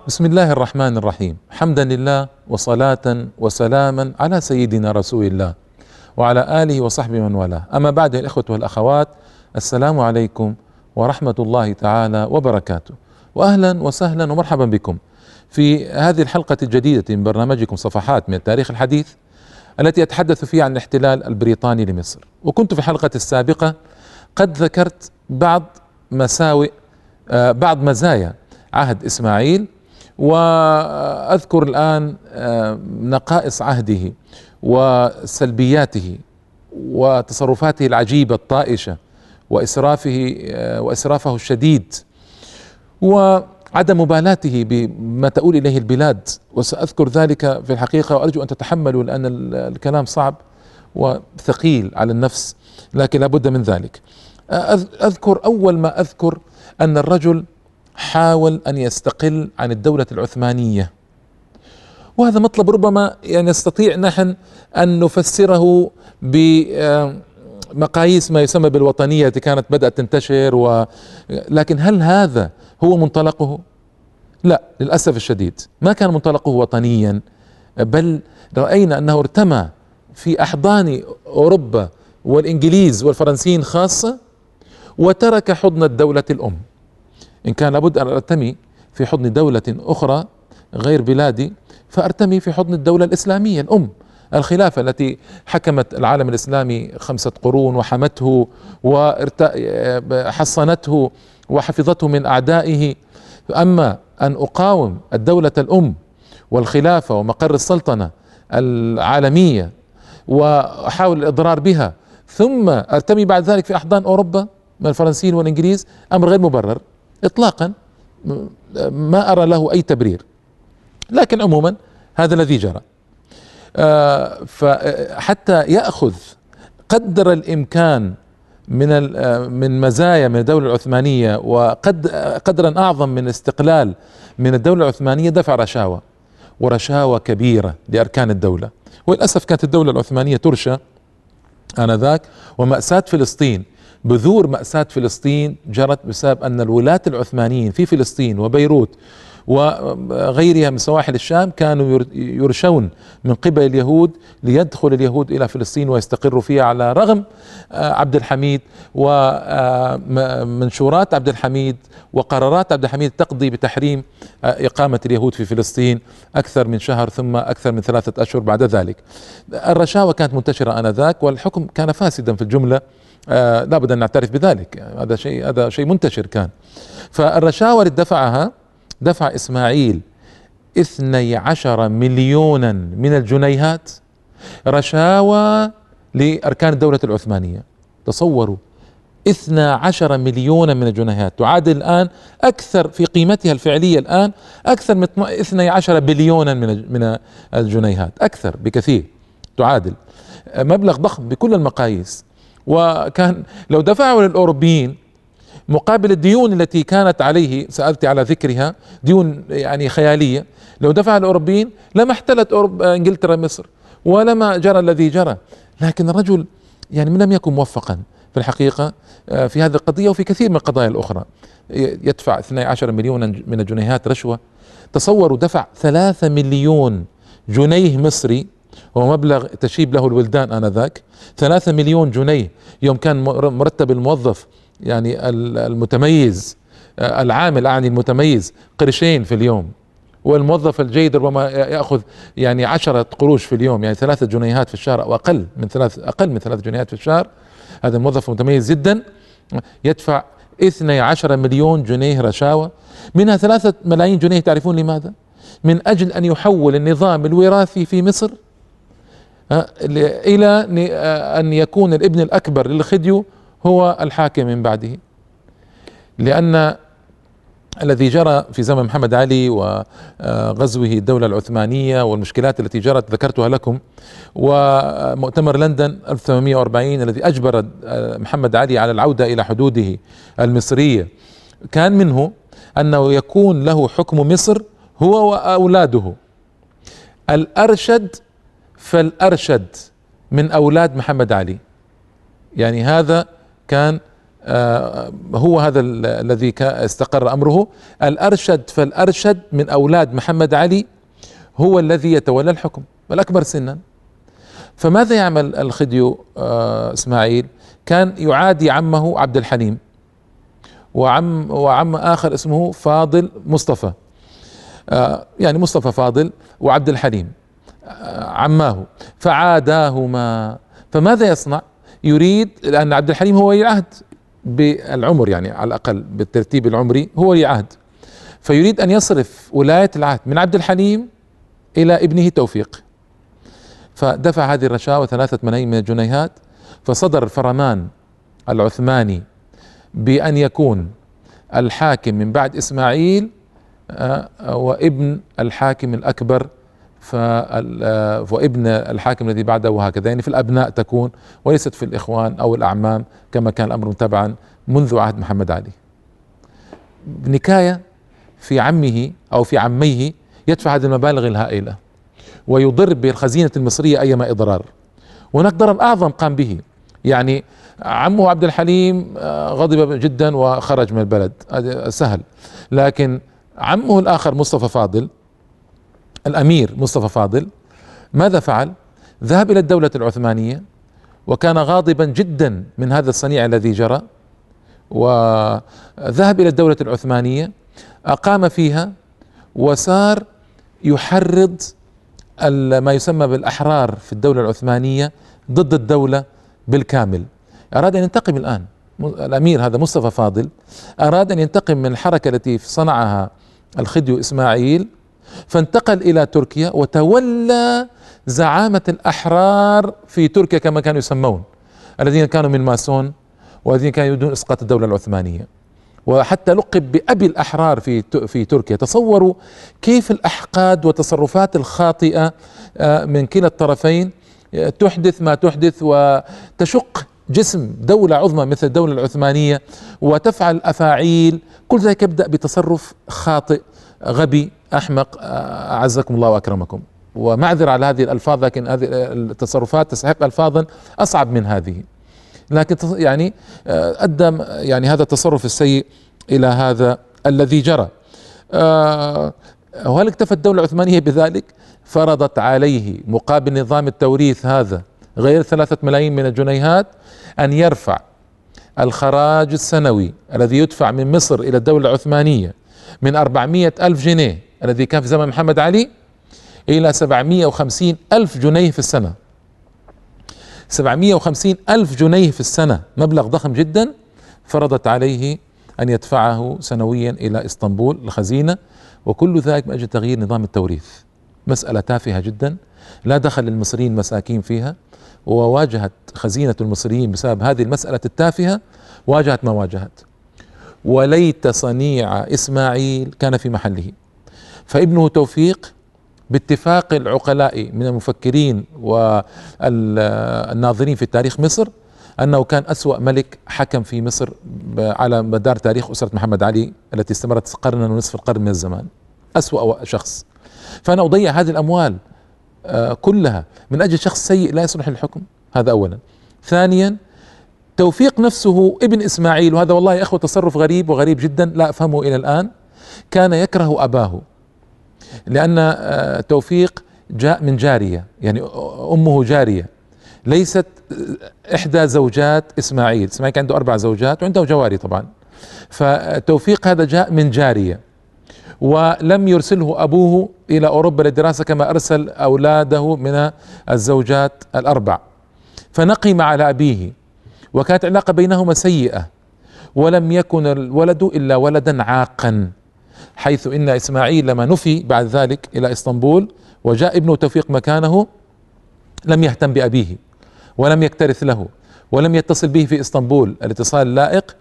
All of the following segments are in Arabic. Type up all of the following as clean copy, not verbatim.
بسم الله الرحمن الرحيم، حمدا لله وصلاة وسلاما على سيدنا رسول الله وعلى آله وصحبه من والاه. أما بعد، الإخوة والأخوات، السلام عليكم ورحمة الله تعالى وبركاته، وأهلا وسهلا ومرحبا بكم في هذه الحلقة الجديدة من برنامجكم صفحات من التاريخ الحديث، التي أتحدث فيها عن الاحتلال البريطاني لمصر. وكنت في الحلقة السابقة قد ذكرت بعض مزايا عهد إسماعيل، وأذكر الآن نقائص عهده وسلبياته وتصرفاته العجيبة الطائشة وإسرافه الشديد وعدم مبالاته بما تؤول إليه البلاد. وسأذكر ذلك في الحقيقة، وأرجو أن تتحملوا لأن الكلام صعب وثقيل على النفس، لكن لابد من ذلك. أول ما أذكر أن الرجل حاول أن يستقل عن الدولة العثمانية، وهذا مطلب ربما نستطيع نحن أن نفسره بمقاييس ما يسمى بالوطنية التي كانت بدأت تنتشر، لكن هل هذا هو منطلقه؟ لا، للأسف الشديد ما كان منطلقه وطنيا، بل رأينا أنه ارتمى في أحضان أوروبا والإنجليز والفرنسيين خاصة، وترك حضن الدولة الأم. إن كان لابد أن أرتمي في حضن دولة أخرى غير بلادي، فأرتمي في حضن الدولة الإسلامية الأم، الخلافة التي حكمت العالم الإسلامي 5 قرون وحمته وحصنته وحفظته من أعدائه. أما أن أقاوم الدولة الأم والخلافة ومقر السلطنة العالمية وأحاول الإضرار بها، ثم أرتمي بعد ذلك في أحضان أوروبا من الفرنسيين والإنجليز، أمر غير مبرر إطلاقا، ما أرى له أي تبرير. لكن عموما هذا الذي جرى. فحتى يأخذ قدر الإمكان من مزايا من الدولة العثمانية وقدرا أعظم من استقلال من الدولة العثمانية، دفع ورشاوى كبيرة لأركان الدولة. وللأسف كانت الدولة العثمانية ترشى آنذاك، ومأساة فلسطين، بذور مأساة فلسطين جرت بسبب أن الولاة العثمانيين في فلسطين وبيروت وغيرها من سواحل الشام كانوا يرشون من قبل اليهود ليدخل اليهود إلى فلسطين ويستقروا فيها، على رغم عبد الحميد ومنشورات عبد الحميد وقرارات عبد الحميد تقضي بتحريم إقامة اليهود في فلسطين أكثر من شهر، ثم أكثر من 3 أشهر بعد ذلك. الرشاوى كانت منتشرة آنذاك، والحكم كان فاسدا في الجملة، لا بد أن نعترف بذلك. هذا شيء منتشر كان. فالرشاوى اللي دفع إسماعيل 12 مليونا من الجنيهات رشاوى لأركان الدولة العثمانية. تصوروا، 12 مليونا من الجنيهات تعادل الآن أكثر في قيمتها الفعلية الآن أكثر من 12 بليونا من الجنيهات، أكثر بكثير، تعادل مبلغ ضخم بكل المقاييس. وكان لو دفعوا للأوروبيين مقابل الديون التي كانت عليه، سألت على ذكرها، ديون خيالية، لو دفع الأوروبيين لما احتلت انجلترا مصر ولما جرى الذي جرى. لكن الرجل لم يكن موفقا في الحقيقة في هذه القضية وفي كثير من القضايا الأخرى. يدفع 12 مليونا من الجنيهات رشوة. تصوروا، دفع 3 مليون جنيه مصري، هو مبلغ تشيب له الولدان آنذاك. 3 مليون جنيه يوم كان مرتب الموظف المتميز، العامل المتميز، قرشين في اليوم، والموظف الجيد ربما يأخذ 10 قروش في اليوم، 3 جنيهات في الشهر أو أقل من 3 جنيهات في الشهر. هذا الموظف متميز جدا يدفع 12 مليون جنيه رشاوى، منها 3 ملايين جنيه. تعرفون لماذا؟ من أجل أن يحول النظام الوراثي في مصر إلى أن يكون الابن الأكبر للخديو هو الحاكم من بعده. لأن الذي جرى في زمن محمد علي وغزوه الدولة العثمانية والمشكلات التي جرت ذكرتها لكم، ومؤتمر لندن 1840 الذي أجبر محمد علي على العودة إلى حدوده المصرية، كان منه أنه يكون له حكم مصر هو وأولاده. الأرشد فالأرشد من أولاد محمد علي، هذا كان هو هذا الذي استقر أمره. الأرشد فالأرشد من أولاد محمد علي هو الذي يتولى الحكم، الأكبر سنا. فماذا يعمل الخديو إسماعيل؟ كان يعادي عمه عبد الحليم، وعم آخر اسمه فاضل مصطفى، يعني مصطفى فاضل وعبد الحليم عماه، فعاداهما. فماذا يصنع؟ يريد، لأن عبد الحليم هو ولي العهد بالعمر، يعني على الأقل بالترتيب العمري هو ولي عهد، فيريد أن يصرف ولاية العهد من عبد الحليم إلى ابنه توفيق. فدفع هذه الرشاوى 3 ملايين من الجنيهات، فصدر الفرمان العثماني بأن يكون الحاكم من بعد إسماعيل وابن الحاكم الأكبر وابن الحاكم الذي بعده، وهكذا، يعني في الأبناء تكون، وليست في الإخوان أو الأعمام كما كان الأمر متبعا منذ عهد محمد علي. بنكاية في عمه أو في عميه يدفع هذه المبالغ الهائلة ويضر بالخزينة المصرية أيما إضرار. وهناك ضرر أعظم قام به، يعني عمه عبد الحليم غضب جدا وخرج من البلد، هذا سهل، لكن عمه الآخر مصطفى فاضل، الأمير مصطفى فاضل، ماذا فعل؟ ذهب إلى الدولة العثمانية وكان غاضبا جدا من هذا الصنيع الذي جرى، وذهب إلى الدولة العثمانية، أقام فيها وصار يحرض ما يسمى بالأحرار في الدولة العثمانية ضد الدولة بالكامل. أراد أن ينتقم الآن، الأمير هذا مصطفى فاضل أراد أن ينتقم من الحركة التي صنعها الخديو إسماعيل، فانتقل إلى تركيا وتولى زعامة الأحرار في تركيا كما كانوا يسمون، الذين كانوا من ماسون والذين كانوا يريدون إسقاط الدولة العثمانية، وحتى لقب بأبي الأحرار في تركيا. تصوروا كيف الأحقاد والتصرفات الخاطئة من كلا الطرفين تحدث ما تحدث وتشق جسم دولة عظمى مثل الدولة العثمانية، وتفعل أفاعيل، كل ذلك يبدأ بتصرف خاطئ غبي أحمق، أعزكم الله وأكرمكم، ومعذرة على هذه الألفاظ، لكن هذه التصرفات تستحق ألفاظا أصعب من هذه. لكن يعني أدى يعني هذا التصرف السيء إلى هذا الذي جرى. وهل اكتفت الدولة العثمانية بذلك؟ فرضت عليه مقابل نظام التوريث هذا غير 3 ملايين من الجنيهات أن يرفع الخراج السنوي الذي يدفع من مصر إلى الدولة العثمانية من 400 ألف جنيه الذي كان في زمن محمد علي إلى 750 ألف جنيه في السنة. 750 ألف جنيه في السنة، مبلغ ضخم جدا. فرضت عليه أن يدفعه سنويا إلى إسطنبول الخزينة، وكل ذلك من أجل تغيير نظام التوريث. مسألة تافهة جدا لا دخل للمصريين المساكين فيها، وواجهت خزينة المصريين بسبب هذه المسألة التافهة، واجهت ما واجهت. وليت صنيع إسماعيل كان في محله. فابنه توفيق باتفاق العقلاء من المفكرين والناظرين في تاريخ مصر أنه كان أسوأ ملك حكم في مصر على مدار تاريخ أسرة محمد علي التي استمرت قرنا ونصف القرن من الزمان، أسوأ شخص. فأنا أضيع هذه الأموال كلها من أجل شخص سيء لا يصلح للحكم، هذا أولا. ثانيا، توفيق نفسه ابن إسماعيل، وهذا والله يا أخوة تصرف غريب وغريب جدا لا أفهمه إلى الآن، كان يكره أباه، لأن توفيق جاء من جارية، يعني أمه جارية، ليست إحدى زوجات إسماعيل. إسماعيل كان عنده 4 زوجات وعنده جواري طبعا، فتوفيق هذا جاء من جارية، ولم يرسله أبوه إلى أوروبا للدراسة كما أرسل أولاده من الزوجات ال4، فنقم على أبيه، وكانت علاقة بينهما سيئة، ولم يكن الولد إلا ولدا عاقا، حيث إن إسماعيل لما نفي بعد ذلك إلى إسطنبول وجاء ابنه توفيق مكانه لم يهتم بأبيه ولم يكترث له ولم يتصل به في إسطنبول الاتصال اللائق،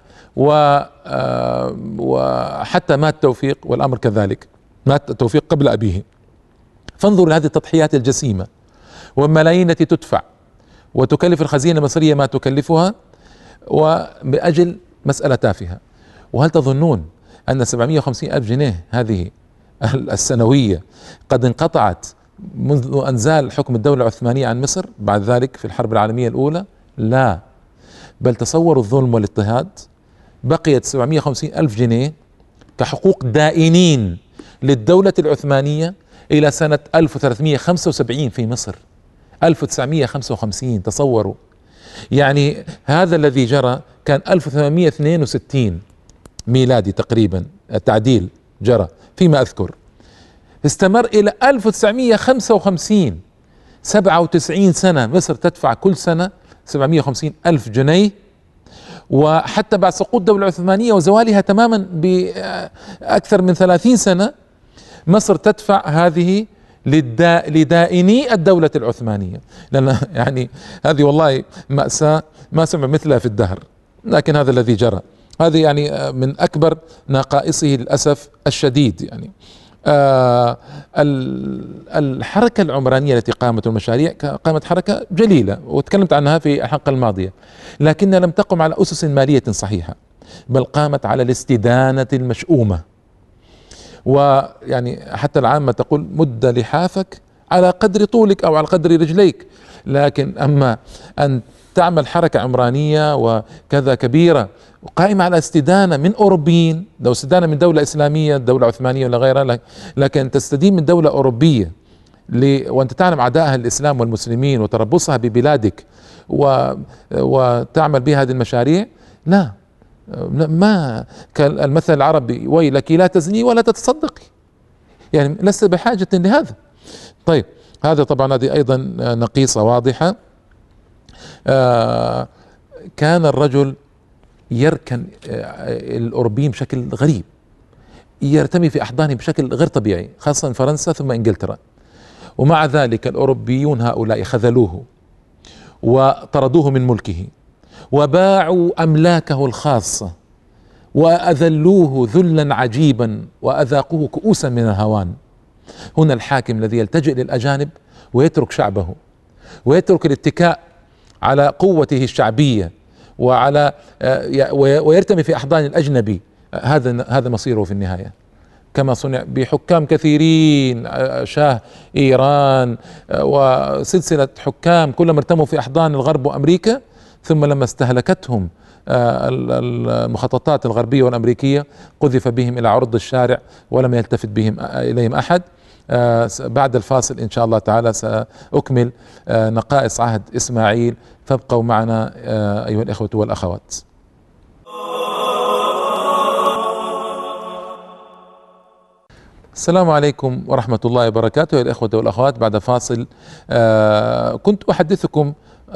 وحتى مات توفيق والأمر كذلك، مات توفيق قبل أبيه. فانظروا لهذه التضحيات الجسيمة والملايين التي تدفع وتكلف الخزينة المصرية ما تكلفها، وبأجل مسألة تافهة. وهل تظنون أن 750 ألف جنيه هذه السنوية قد انقطعت منذ أن زال حكم الدولة العثمانية عن مصر بعد ذلك في الحرب العالمية الأولى؟ لا، بل تصوروا الظلم والاضطهاد بقيت 750 ألف جنيه كحقوق دائنين للدولة العثمانية إلى سنة 1375 في مصر. 1955 تصوروا، يعني هذا الذي جرى كان 1862 ميلادي تقريبا، التعديل جرى فيما أذكر، استمر إلى 1955، 97 سنة مصر تدفع كل سنة 750 ألف جنيه. وحتى بعد سقوط الدولة العثمانية وزوالها تماما بأكثر من 30 سنة مصر تدفع هذه لدائني الدولة العثمانية، لأن يعني هذه والله مأساة ما سمع مثلها في الدهر، لكن هذا الذي جرى. هذه يعني من أكبر نقائصه للأسف الشديد. يعني الحركة العمرانية التي قامت المشاريع قامت حركة جليلة وتكلمت عنها في الحلقة الماضية، لكنها لم تقم على أسس مالية صحيحة، بل قامت على الاستدانة المشؤومة. ويعني حتى العامة تقول مد لحافك على قدر طولك أو على قدر رجليك، لكن أما أن تعمل حركة عمرانية وكذا كبيرة وقائمة على استدانة من أوروبيين، لو استدانة من دولة إسلامية دولة عثمانية ولا غيرها، لكن تستدين من دولة أوروبية وأنت تعلم عدائها الإسلام والمسلمين وتربصها ببلادك وتعمل بها هذه المشاريع. لا، ما كالمثل العربي ويلك لا تزني ولا تتصدقي، يعني لست بحاجة لهذا. طيب هذا طبعا هذه أيضا نقيصة واضحة. كان الرجل يركن الأوروبيين بشكل غريب، يرتمي في أحضانهم بشكل غير طبيعي، خاصة فرنسا ثم إنجلترا، ومع ذلك الأوروبيون هؤلاء خذلوه وطردوه من ملكه وباعوا أملاكه الخاصة وأذلوه ذلا عجيبا وأذاقوه كؤوسا من الهوان. هنا الحاكم الذي يلتجئ للأجانب ويترك شعبه ويترك الاتكاء على قوته الشعبية وعلى ويرتمي في أحضان الأجنبي، هذا مصيره في النهاية، كما صنع بحكام كثيرين، شاه إيران وسلسلة حكام كلهم ارتموا في أحضان الغرب وأمريكا، ثم لما استهلكتهم المخططات الغربية والأمريكية قذف بهم إلى عرض الشارع ولم يلتفت بهم إليهم أحد. بعد الفاصل إن شاء الله تعالى سأكمل نقائص عهد إسماعيل، فابقوا معنا أيها الإخوة والأخوات. السلام عليكم ورحمة الله وبركاته يا الإخوة والأخوات. بعد فاصل كنت أحدثكم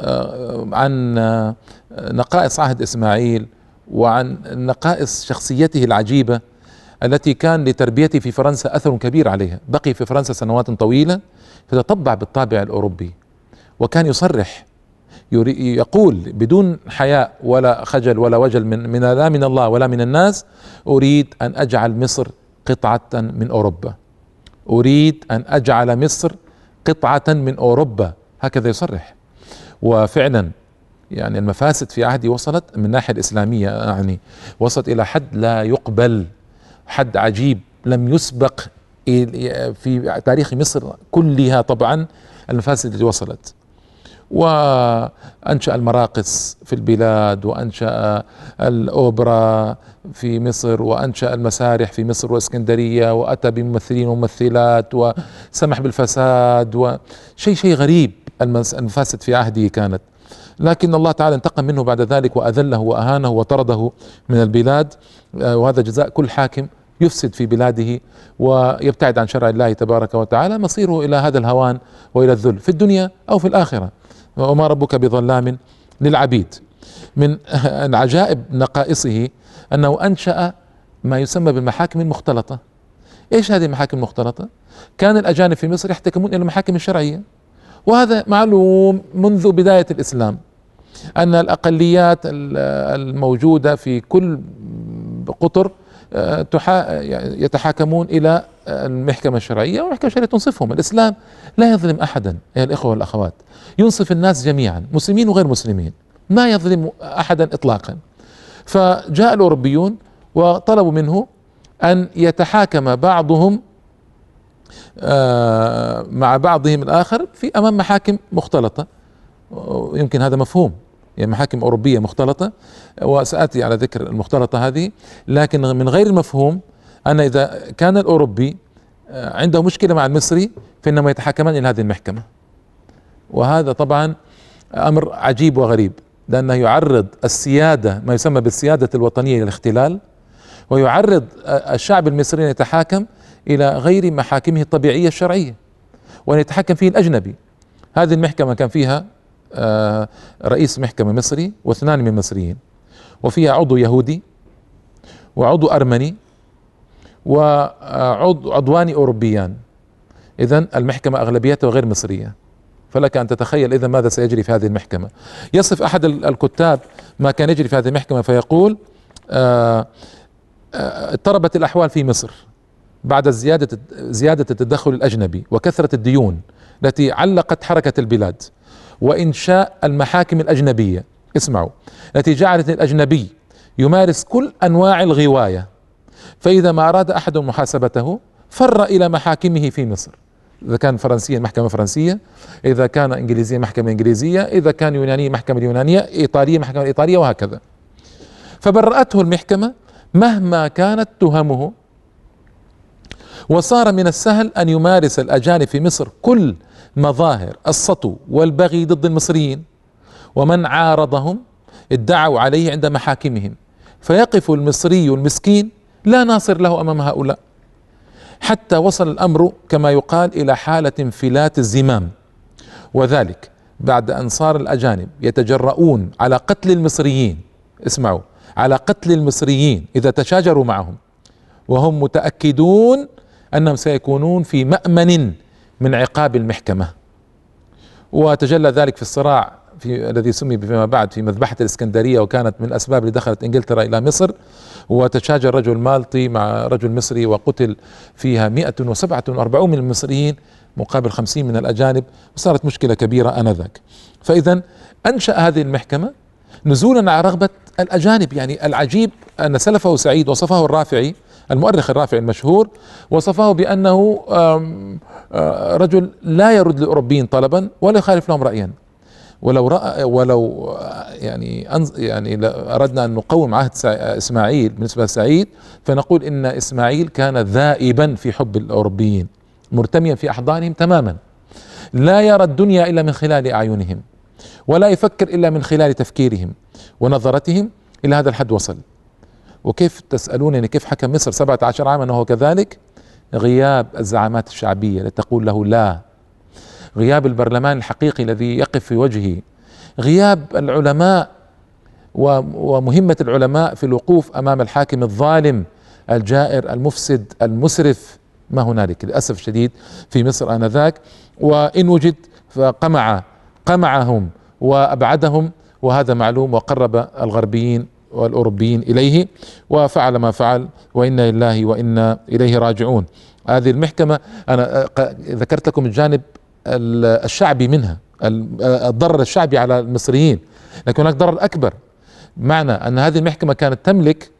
عن نقائص عهد إسماعيل وعن نقائص شخصيته العجيبة التي كان لتربيته في فرنسا أثر كبير عليها. بقي في فرنسا سنوات طويلة فتطبع بالطابع الأوروبي، وكان يصرح يقول بدون حياء ولا خجل ولا وجل لا من الله ولا من الناس: أريد أن أجعل مصر قطعة من أوروبا، أريد أن أجعل مصر قطعة من أوروبا، هكذا يصرح. وفعلا يعني المفاسد في عهدي وصلت من الناحية الإسلامية، يعني وصلت إلى حد لا يقبل، حد عجيب لم يسبق في تاريخ مصر كلها. طبعا المفاسد التي وصلت، وأنشأ المراقص في البلاد، وأنشأ الأوبرا في مصر، وأنشأ المسارح في مصر واسكندرية، وأتى بممثلين وممثلات، وسمح بالفساد، وشيء غريب. المفاسد في عهده كانت، لكن الله تعالى انتقم منه بعد ذلك وأذله وأهانه وطرده من البلاد، وهذا جزاء كل حاكم يفسد في بلاده ويبتعد عن شرع الله تبارك وتعالى، مصيره إلى هذا الهوان وإلى الذل في الدنيا أو في الآخرة، وما ربك بظلام للعبيد. من عجائب نقائصه أنه أنشأ ما يسمى بالمحاكم المختلطة. إيش هذه المحاكم المختلطة؟ كان الأجانب في مصر يحتكمون إلى المحاكم الشرعية، وهذا معلوم منذ بداية الإسلام أن الأقليات الموجودة في كل قطر يتحاكمون إلى المحكمة الشرعية، والمحكمة الشرعية تنصفهم. الإسلام لا يظلم أحدا يا الإخوة والأخوات، ينصف الناس جميعا مسلمين وغير مسلمين، ما يظلم أحدا إطلاقا. فجاء الأوروبيون وطلبوا منه أن يتحاكم بعضهم مع بعضهم الآخر في أمام محاكم مختلطة. يمكن هذا مفهوم، يعني محاكم أوروبية مختلطة، وسآتي على ذكر المختلطة هذه. لكن من غير المفهوم أن إذا كان الأوروبي عنده مشكلة مع المصري فإنما يتحاكمان إلى هذه المحكمة، وهذا طبعا أمر عجيب وغريب، لأنه يعرض السيادة، ما يسمى بالسيادة الوطنية، للاختلال، ويعرض الشعب المصري أن يتحاكم إلى غير محاكمه الطبيعية الشرعية، وأن يتحكم فيه الأجنبي. هذه المحكمة كان فيها رئيس محكمة مصري واثنان من مصريين، وفيها عضو يهودي وعضو أرمني وعضوان أوروبيان. إذن المحكمة أغلبيتها غير مصرية، فلك أن تتخيل إذا ماذا سيجري في هذه المحكمة. يصف أحد الكتاب ما كان يجري في هذه المحكمة فيقول: اضطربت الأحوال في مصر بعد زيادة التدخل الأجنبي وكثرة الديون التي علقت حركة البلاد، وإنشاء المحاكم الأجنبية، اسمعوا، التي جعلت الأجنبي يمارس كل أنواع الغواية، فإذا ما أراد أحد محاسبته فر إلى محاكمه في مصر. إذا كان فرنسيا محكمة فرنسية، إذا كان إنجليزيا محكمة إنجليزية، إذا كان يونانية محكمة يونانية، إيطالية محكمة إيطالية، وهكذا. فبرأته المحكمة مهما كانت تهمه، وصار من السهل أن يمارس الأجانب في مصر كل مظاهر السطو والبغي ضد المصريين، ومن عارضهم ادعوا عليه عند محاكمهم، فيقف المصري المسكين لا ناصر له أمام هؤلاء، حتى وصل الأمر كما يقال إلى حالة انفلات الزمام، وذلك بعد أن صار الأجانب يتجرؤون على قتل المصريين. اسمعوا، على قتل المصريين إذا تشاجروا معهم، وهم متأكدون أنهم سيكونون في مأمن من عقاب المحكمة. وتجلى ذلك في الصراع الذي سمي فيما بعد في مذبحة الإسكندرية، وكانت من الأسباب اللي دخلت إنجلترا إلى مصر، وتشاجر رجل مالطي مع رجل مصري وقتل فيها 147 من المصريين مقابل 50 من الأجانب، وصارت مشكلة كبيرة آنذاك. فإذا أنشأ هذه المحكمة نزولا على رغبة الأجانب. يعني العجيب أن سلفه سعيد وصفه الرافعي، المؤرخ الرافعي المشهور، وصفه بأنه رجل لا يرد للأوروبيين طلبا ولا يخالف لهم رأيا. ولو يعني أردنا أن نقوم عهد إسماعيل بالنسبة لسعيد، فنقول إن إسماعيل كان ذائبا في حب الأوروبيين، مرتميا في أحضانهم تماما، لا يرى الدنيا إلا من خلال أعينهم، ولا يفكر إلا من خلال تفكيرهم ونظرتهم. إلى هذا الحد وصل. وكيف تسألونني كيف حكم مصر 17 عاما وهو كذلك؟ غياب الزعامات الشعبية التي تقول له لا، غياب البرلمان الحقيقي الذي يقف في وجهه، غياب العلماء ومهمة العلماء في الوقوف أمام الحاكم الظالم الجائر المفسد المسرف، ما هنالك للأسف الشديد في مصر آنذاك. وإن وجد فقمعهم وأبعدهم، وهذا معلوم، وقرب الغربيين والأوروبيين إليه، وفعل ما فعل، وإنا لله وإنا إليه راجعون. هذه المحكمة أنا ذكرت لكم الجانب الشعبي منها، الضرر الشعبي على المصريين، لكن هناك ضرر أكبر، معنى أن هذه المحكمة كانت تملك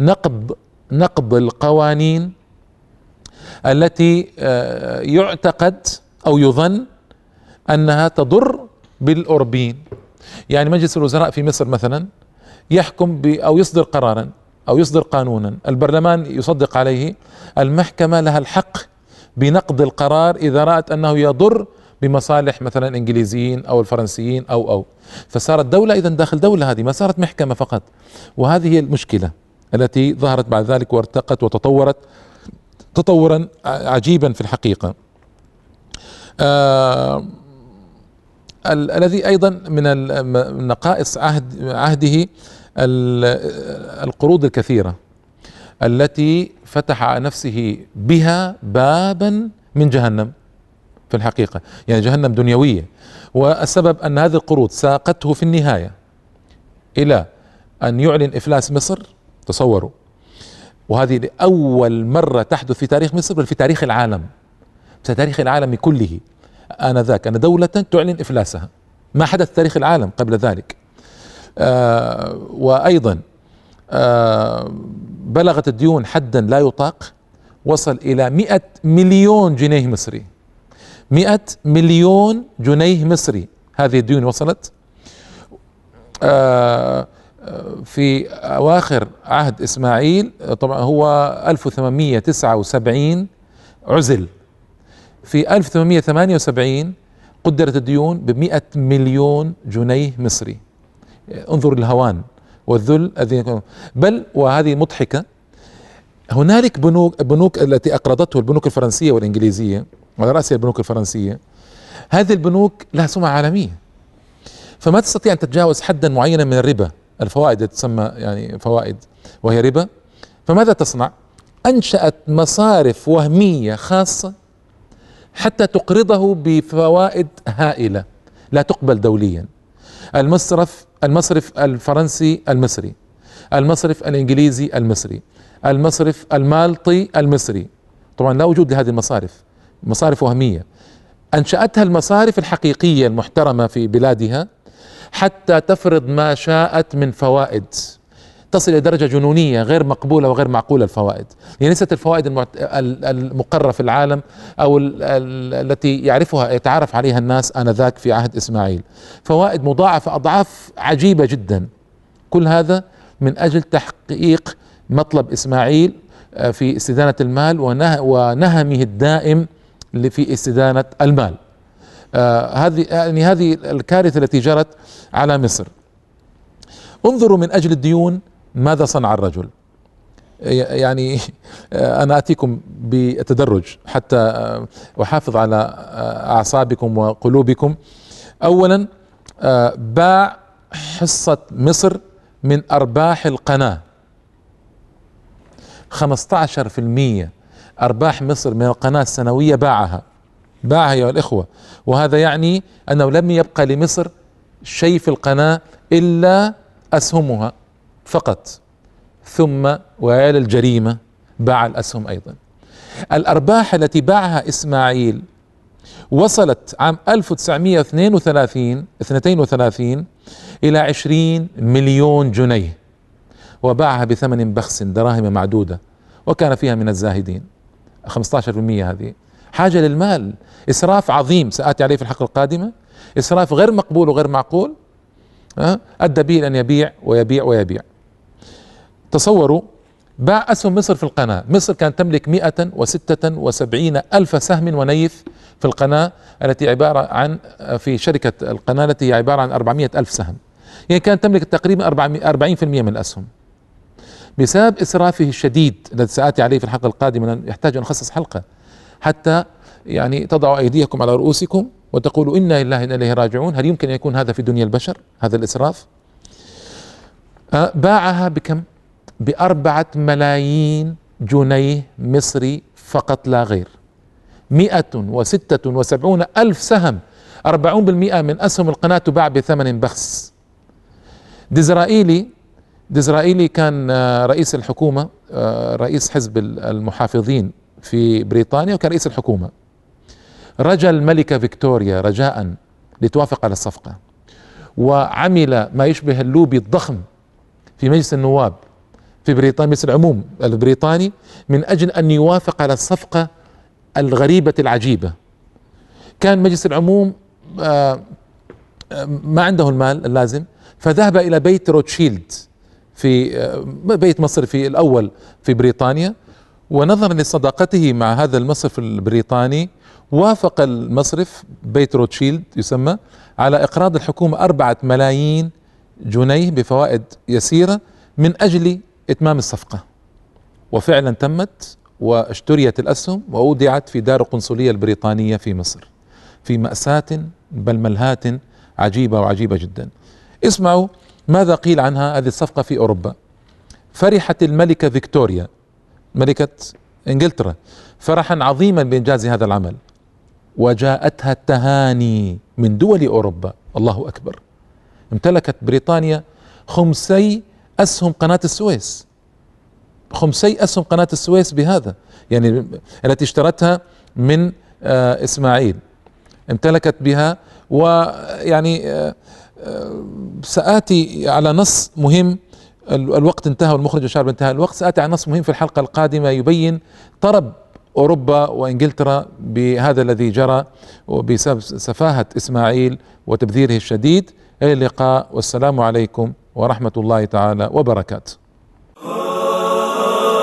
نقض القوانين التي يعتقد أو يظن أنها تضر بالأوروبيين. يعني مجلس الوزراء في مصر مثلا يحكم أو يصدر قرارا أو يصدر قانونا، البرلمان يصدق عليه، المحكمة لها الحق بنقض القرار إذا رأت أنه يضر بمصالح مثلا الإنجليزيين أو الفرنسيين أو فصارت دولة إذن داخل دولة، هذه ما صارت محكمة فقط. وهذه هي المشكلة التي ظهرت بعد ذلك وارتقت وتطورت تطورا عجيبا في الحقيقة. الذي أيضا من نقائص عهده القروض الكثيرة التي فتح على نفسه بها بابا من جهنم في الحقيقة، يعني جهنم دنيوية. والسبب أن هذه القروض ساقته في النهاية إلى أن يعلن إفلاس مصر، تصوروا، وهذه لأول مرة تحدث في تاريخ مصر بل في تاريخ العالم، في تاريخ العالم كله آنذاك، أن دولة تعلن إفلاسها، ما حدث في تاريخ العالم قبل ذلك. وأيضا بلغت الديون حدا لا يطاق، وصل إلى 100 مليون جنيه مصري، 100 مليون جنيه مصري هذه الديون وصلت. في أواخر عهد إسماعيل، طبعا هو 1879 عزل. في 1878 قدرت الديون ب100 مليون جنيه مصري. انظر الهوان والذل الذي، بل وهذه مضحكة، هنالك بنوك التي أقرضته البنوك الفرنسية والإنجليزية، على رأسها البنوك الفرنسية. هذه البنوك لها سمعة عالمية، فما تستطيع أن تتجاوز حدا معينا من الربا، الفوائد تسمى يعني فوائد وهي ربا. فماذا تصنع؟ أنشأت مصارف وهمية خاصة حتى تقرضه بفوائد هائلة لا تقبل دوليا. المصرف الفرنسي المصري، المصرف الإنجليزي المصري، المصرف المالطي المصري، طبعا لا وجود لهذه المصارف، مصارف وهمية أنشأتها المصارف الحقيقية المحترمة في بلادها حتى تفرض ما شاءت من فوائد تصل إلى درجة جنونية غير مقبولة وغير معقولة. الفوائد يعني ليست الفوائد المقررة في العالم أو التي يتعرف عليها الناس آنذاك في عهد إسماعيل، فوائد مضاعفة أضعاف عجيبة جدا. كل هذا من أجل تحقيق مطلب إسماعيل في استدانة المال ونهمه الدائم في استدانة المال. هذه الكارثة التي جرت على مصر. انظروا من أجل الديون ماذا صنع الرجل. يعني أنا آتيكم بتدرج حتى أحافظ على أعصابكم وقلوبكم. أولا باع حصة مصر من أرباح القناة، 15% أرباح مصر من القناة السنوية باعها يا الإخوة. وهذا يعني أنه لم يبقى لمصر شيء في القناة إلا أسهمها فقط. ثم ويا للجريمة باع الأسهم أيضا. الأرباح التي باعها إسماعيل وصلت عام 1932 إلى 20 مليون جنيه، وباعها بثمن بخس دراهم معدودة، وكان فيها من الزاهدين. 15% هذه حاجة للمال، إسراف عظيم سآتي عليه في الحلقة القادمة، إسراف غير مقبول وغير معقول أدى به أن يبيع ويبيع ويبيع. تصوروا باع أسهم مصر في القناة. مصر كانت تملك 176 ألف سهم ونيف في القناة التي عبارة عن في شركة القناة التي هي عبارة عن 400 ألف سهم، يعني كانت تملك تقريبا 40% من الأسهم. بسبب إسرافه الشديد الذي سآتي عليه في الحلقة القادمة، يحتاج أن نخصص حلقة حتى يعني تضعوا أيديكم على رؤوسكم وتقولوا إنا لله وإنا إليه راجعون. هل يمكن أن يكون هذا في دنيا البشر هذا الإسراف؟ باعها بكم؟ ب4 ملايين جنيه مصري فقط لا غير. 176 ألف سهم، 40% من أسهم القناة تباع بثمن بخس. ديزرائيلي كان رئيس الحكومة، رئيس حزب المحافظين في بريطانيا، وكان رئيس الحكومة. رجا الملكة فيكتوريا رجاء لتوافق على الصفقة، وعمل ما يشبه اللوبي الضخم في مجلس النواب في بريطانيا، مجلس العموم البريطاني، من أجل أن يوافق على الصفقة الغريبة العجيبة. كان مجلس العموم ما عنده المال اللازم، فذهب إلى بيت روتشيلد في بيت مصرفي الأول في بريطانيا، ونظرا لصداقته مع هذا المصرف البريطاني وافق المصرف بيت روتشيلد يسمى على إقراض الحكومة 4 ملايين جنيه بفوائد يسيرة من أجل إتمام الصفقة. وفعلا تمت، واشتريت الأسهم وأودعت في دار القنصلية البريطانية في مصر في مأساة بل ملهاة عجيبة وعجيبة جدا. اسمعوا ماذا قيل عنها هذه الصفقة في أوروبا. فرحت الملكة فيكتوريا ملكة إنجلترا فرحا عظيما بإنجاز هذا العمل، وجاءتها التهاني من دول أوروبا. الله أكبر. امتلكت بريطانيا 5 أسهم قناة السويس، 5 أسهم قناة السويس بهذا يعني التي اشترتها من إسماعيل، امتلكت بها. ويعني سآتي على نص مهم، الوقت انتهى والمخرج الشعب انتهى الوقت، سآتي على نص مهم في الحلقة القادمة يبين طرب أوروبا وإنجلترا بهذا الذي جرى وبسبب سفاهة إسماعيل وتبذيره الشديد إلى اللقاء، والسلام عليكم ورحمة الله تعالى وبركاته.